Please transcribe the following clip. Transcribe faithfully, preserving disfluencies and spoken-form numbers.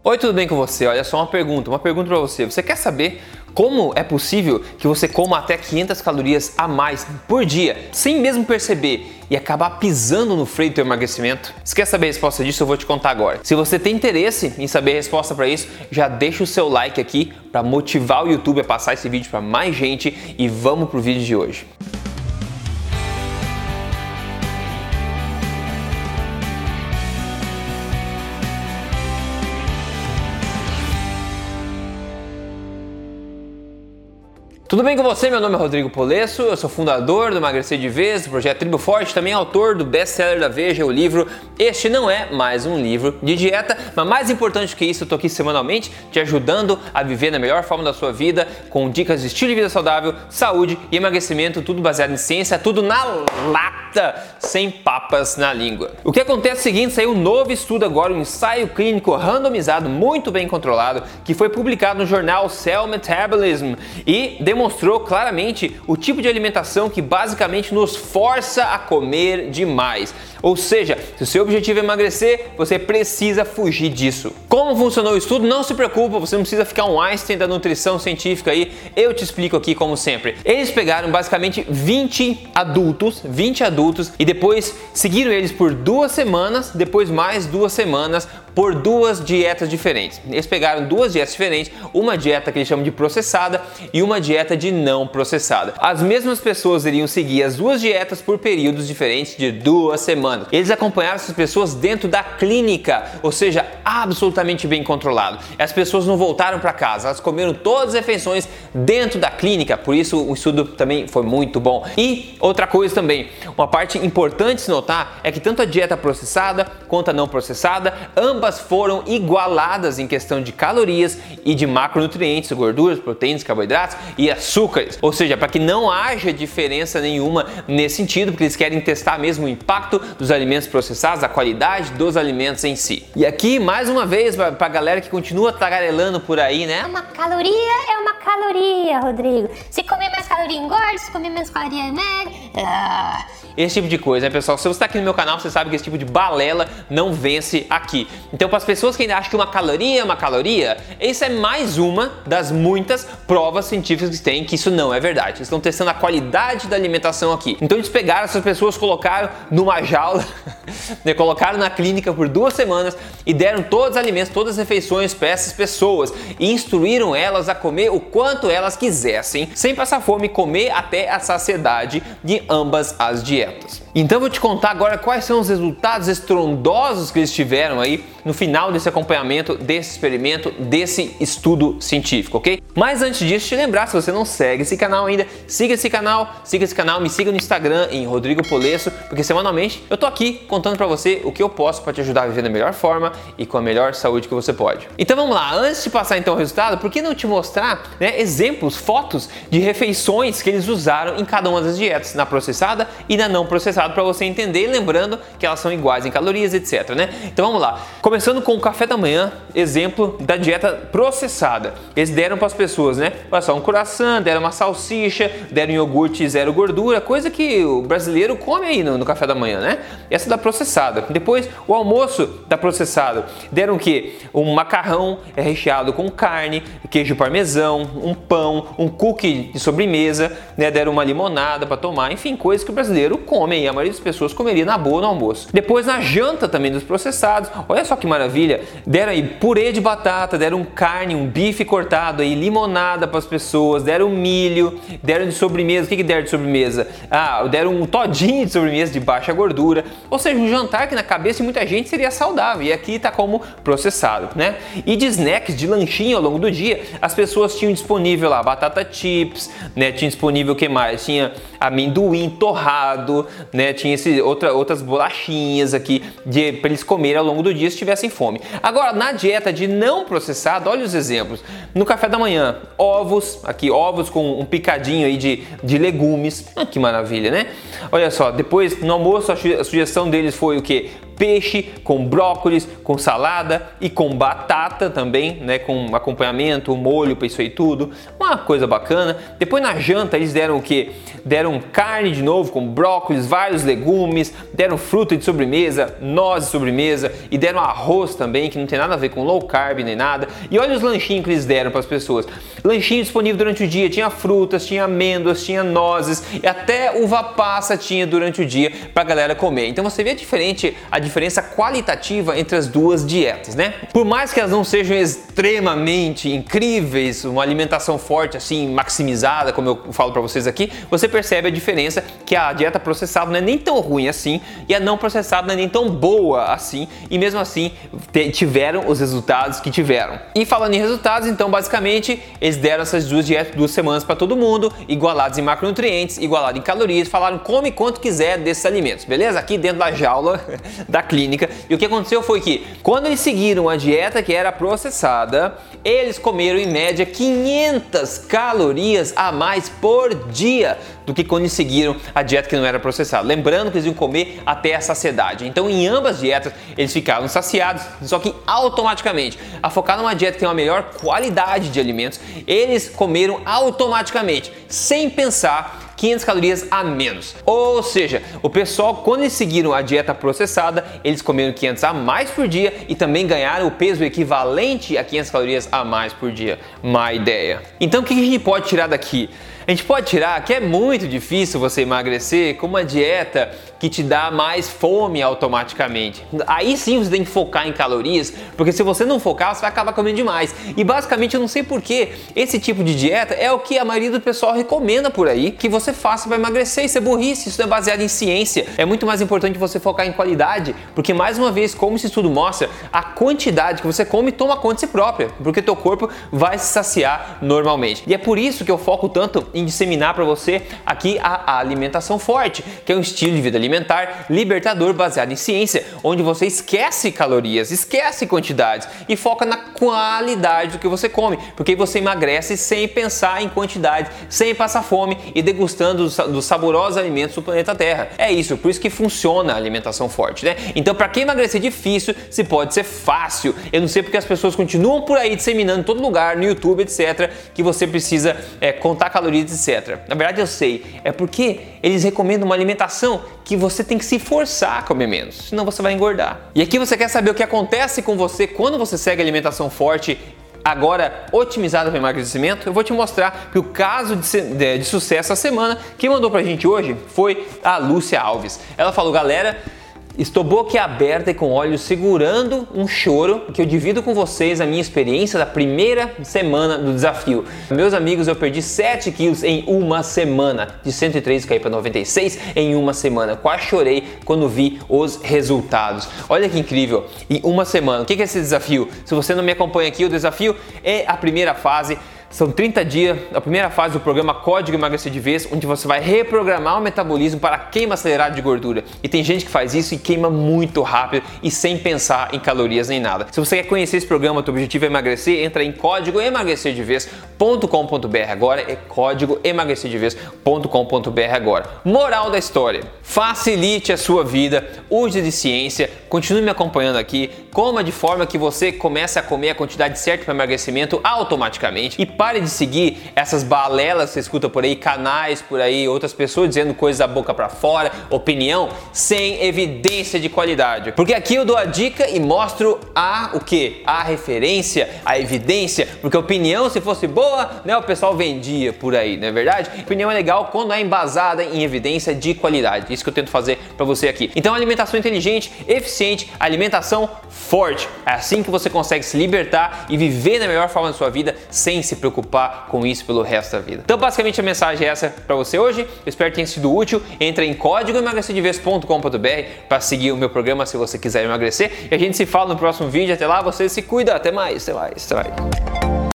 Oi, tudo bem com você? Olha só uma pergunta, uma pergunta para você. Você quer saber como é possível que você coma até quinhentas calorias a mais por dia, sem mesmo perceber, e acabar pisando no freio do teu emagrecimento? Se quer saber a resposta disso, eu vou te contar agora. Se você tem interesse em saber a resposta para isso, já deixa o seu like aqui para motivar o YouTube a passar esse vídeo para mais gente e vamos pro vídeo de hoje. Tudo bem com você? Meu nome é Rodrigo Polesso, eu sou fundador do Emagrecer de Vez, do Projeto Tribo Forte, também autor do best-seller da Veja, o livro Este Não É Mais Um Livro de Dieta, mas mais importante que isso, eu tô aqui semanalmente te ajudando a viver na melhor forma da sua vida, com dicas de estilo de vida saudável, saúde e emagrecimento, tudo baseado em ciência, tudo na lata, sem papas na língua. O que acontece é o seguinte, saiu um novo estudo agora, um ensaio clínico randomizado, muito bem controlado, que foi publicado no jornal Cell Metabolism e demonstrou Demonstrou claramente o tipo de alimentação que basicamente nos força a comer demais. Ou seja, se o seu objetivo é emagrecer, você precisa fugir disso. Como funcionou o estudo? Não se preocupa, você não precisa ficar um Einstein da nutrição científica aí, eu te explico aqui como sempre. Eles pegaram basicamente vinte adultos, vinte adultos e depois seguiram eles por duas semanas, depois mais duas semanas por duas dietas diferentes. Eles pegaram duas dietas diferentes, uma dieta que eles chamam de processada e uma dieta de não processada. As mesmas pessoas iriam seguir as duas dietas por períodos diferentes de duas semanas. Eles acompanharam essas pessoas dentro da clínica, ou seja, absolutamente bem controlado. As pessoas não voltaram para casa, elas comeram todas as refeições dentro da clínica, por isso o estudo também foi muito bom. E outra coisa também, uma parte importante de se notar é que tanto a dieta processada quanto a não processada, ambas foram igualadas em questão de calorias e de macronutrientes, gorduras, proteínas, carboidratos e açúcares. Ou seja, para que não haja diferença nenhuma nesse sentido, porque eles querem testar mesmo o impacto dos alimentos processados, a qualidade dos alimentos em si. E aqui, mais uma vez, para a galera que continua tagarelando por aí, né? Uma caloria é uma caloria, Rodrigo. Se comer mais caloria engorda, se comer menos caloria emagrece. Ah. Esse tipo de coisa, né, pessoal? Se você está aqui no meu canal, você sabe que esse tipo de balela não vence aqui. Então, para as pessoas que ainda acham que uma caloria é uma caloria, essa é mais uma das muitas provas científicas que tem que isso não é verdade. Eles estão testando a qualidade da alimentação aqui. Então, eles pegaram essas pessoas, colocaram numa jaula, né, colocaram na clínica por duas semanas e deram todos os alimentos, todas as refeições para essas pessoas e instruíram elas a comer o quanto elas quisessem, sem passar fome, comer até a saciedade de ambas as dietas. Então eu vou te contar agora quais são os resultados estrondosos que eles tiveram aí no final desse acompanhamento, desse experimento, desse estudo científico, ok? Mas antes disso, te lembrar, se você não segue esse canal ainda, siga esse canal, siga esse canal, me siga no Instagram em Rodrigo Polesso, porque semanalmente eu tô aqui contando pra você o que eu posso para te ajudar a viver da melhor forma e com a melhor saúde que você pode. Então vamos lá, antes de passar então o resultado, por que não te mostrar, né, exemplos, fotos de refeições que eles usaram em cada uma das dietas, na processada e na não processada, para você entender, lembrando que elas são iguais em calorias, etc, né? Então vamos lá. Começando com o café da manhã, exemplo da dieta processada. Eles deram para as pessoas, né? Olha só, um croissant, deram uma salsicha, deram iogurte zero gordura, coisa que o brasileiro come aí no, no café da manhã, né? Essa da processada. Depois, o almoço da processada. Deram o quê? Um macarrão recheado com carne, queijo parmesão, um pão, um cookie de sobremesa, né? Deram uma limonada para tomar, enfim, coisas que o brasileiro come aí. A maioria das pessoas comeria na boa no almoço. Depois, na janta também dos processados, olha só que maravilha, deram aí purê de batata, deram carne, um bife cortado aí, limonada para as pessoas, deram milho, deram de sobremesa, o que que deram de sobremesa? Ah, deram um todinho de sobremesa de baixa gordura, ou seja, um jantar que na cabeça de muita gente seria saudável, e aqui tá como processado, né? E de snacks, de lanchinho ao longo do dia, as pessoas tinham disponível lá batata chips, né? Tinha disponível o que mais? Tinha amendoim torrado, né? Tinha esse, outra, outras bolachinhas aqui de, para eles comerem ao longo do dia se tivessem fome. Agora, na dieta de não processado, olha os exemplos. No café da manhã, ovos, aqui ovos com um picadinho aí de, de legumes. Ah, que maravilha, né? Olha só, depois no almoço a sugestão deles foi o que? peixe, com brócolis, com salada e com batata também, né, com acompanhamento, molho para isso aí tudo, uma coisa bacana. Depois na janta eles deram o que? Deram carne de novo com brócolis, vários legumes, deram fruta de sobremesa, nozes de sobremesa e deram arroz também, que não tem nada a ver com low carb nem nada. E olha os lanchinhos que eles deram para as pessoas. Lanchinho disponível durante o dia, tinha frutas, tinha amêndoas, tinha nozes e até uva passa tinha durante o dia para a galera comer. Então você vê diferente, a diferença qualitativa entre as duas dietas, né? Por mais que elas não sejam extremamente incríveis, uma alimentação forte assim, maximizada, como eu falo para vocês aqui, você percebe a diferença que a dieta processada não é nem tão ruim assim e a não processada não é nem tão boa assim, e mesmo assim tiveram os resultados que tiveram. E falando em resultados, então basicamente eles deram essas duas dietas duas semanas para todo mundo, igualados em macronutrientes, igualados em calorias, falaram come quanto quiser desses alimentos, beleza? Aqui dentro da jaula da clínica. E o que aconteceu foi que quando eles seguiram a dieta que era processada, eles comeram em média quinhentas calorias a mais por dia do que quando eles seguiram a dieta que não era processada. Lembrando que eles iam comer até a saciedade. Então em ambas dietas eles ficaram saciados, só que automaticamente, a focar numa dieta que tem uma melhor qualidade de alimentos, eles comeram automaticamente, sem pensar, quinhentas calorias a menos. Ou seja, o pessoal, quando eles seguiram a dieta processada, eles comeram quinhentas a mais por dia e também ganharam o peso equivalente a quinhentas calorias a mais por dia. Má ideia. Então o que a gente pode tirar daqui? A gente pode tirar que é muito difícil você emagrecer com uma dieta que te dá mais fome automaticamente. Aí sim você tem que focar em calorias, porque se você não focar, você vai acabar comendo demais. E basicamente eu não sei porquê, esse tipo de dieta é o que a maioria do pessoal recomenda por aí, que você faça para emagrecer. Isso é burrice, isso não é baseado em ciência. É muito mais importante você focar em qualidade, porque mais uma vez, como esse estudo mostra, a quantidade que você come toma conta de si própria, porque teu corpo vai se saciar normalmente. E é por isso que eu foco tanto em disseminar para você aqui a, a alimentação forte, que é um estilo de vida alimentar libertador baseado em ciência, onde você esquece calorias, esquece quantidades e foca na qualidade do que você come, porque você emagrece sem pensar em quantidade, sem passar fome e degustando dos, dos saborosos alimentos do planeta Terra. É isso, por isso que funciona a alimentação forte, né? Então, para quem emagrecer difícil, se pode ser fácil. Eu não sei porque as pessoas continuam por aí disseminando em todo lugar, no YouTube, etcétera, que você precisa é, contar calorias, etcétera. Na verdade eu sei, é porque eles recomendam uma alimentação que você tem que se forçar a comer menos, senão você vai engordar. E aqui você quer saber o que acontece com você quando você segue a alimentação forte, agora otimizada para emagrecimento? Eu vou te mostrar que o caso de, de, de sucesso essa semana, quem mandou pra gente hoje foi a Lúcia Alves. Ela falou, galera, estou boquiaberta e com olhos segurando um choro que eu divido com vocês a minha experiência da primeira semana do desafio. Meus amigos, eu perdi sete quilos em uma semana, de cento e três caí para noventa e seis em uma semana. Quase chorei quando vi os resultados. Olha que incrível, em uma semana. O que é esse desafio? Se você não me acompanha aqui, o desafio é a primeira fase. São trinta dias, a primeira fase do programa Código Emagrecer de Vez, onde você vai reprogramar o metabolismo para queima acelerada de gordura. E tem gente que faz isso e queima muito rápido e sem pensar em calorias nem nada. Se você quer conhecer esse programa, teu objetivo é emagrecer, entra em código emagrecer de vez ponto com ponto b r agora, é código emagrecer de vez ponto com ponto b r agora. Moral da história, facilite a sua vida, use de ciência, continue me acompanhando aqui, coma de forma que você comece a comer a quantidade certa para emagrecimento automaticamente e pare de seguir essas balelas que você escuta por aí, canais por aí, outras pessoas dizendo coisas da boca para fora, opinião sem evidência de qualidade. Porque aqui eu dou a dica e mostro a o que? A referência, a evidência, porque opinião, se fosse boa, né, o pessoal vendia por aí, não é verdade? Opinião é legal quando é embasada em evidência de qualidade. Isso que eu tento fazer para você aqui. Então, alimentação inteligente, eficiente, alimentação forte. É assim que você consegue se libertar e viver da melhor forma da sua vida sem se preocupar com isso pelo resto da vida. Então, basicamente, a mensagem é essa para você hoje. Eu espero que tenha sido útil. Entre em código emagrecer de vez ponto com ponto b r para seguir o meu programa se você quiser emagrecer. E a gente se fala no próximo vídeo. Até lá, você se cuida. Até mais. Até mais. Até mais.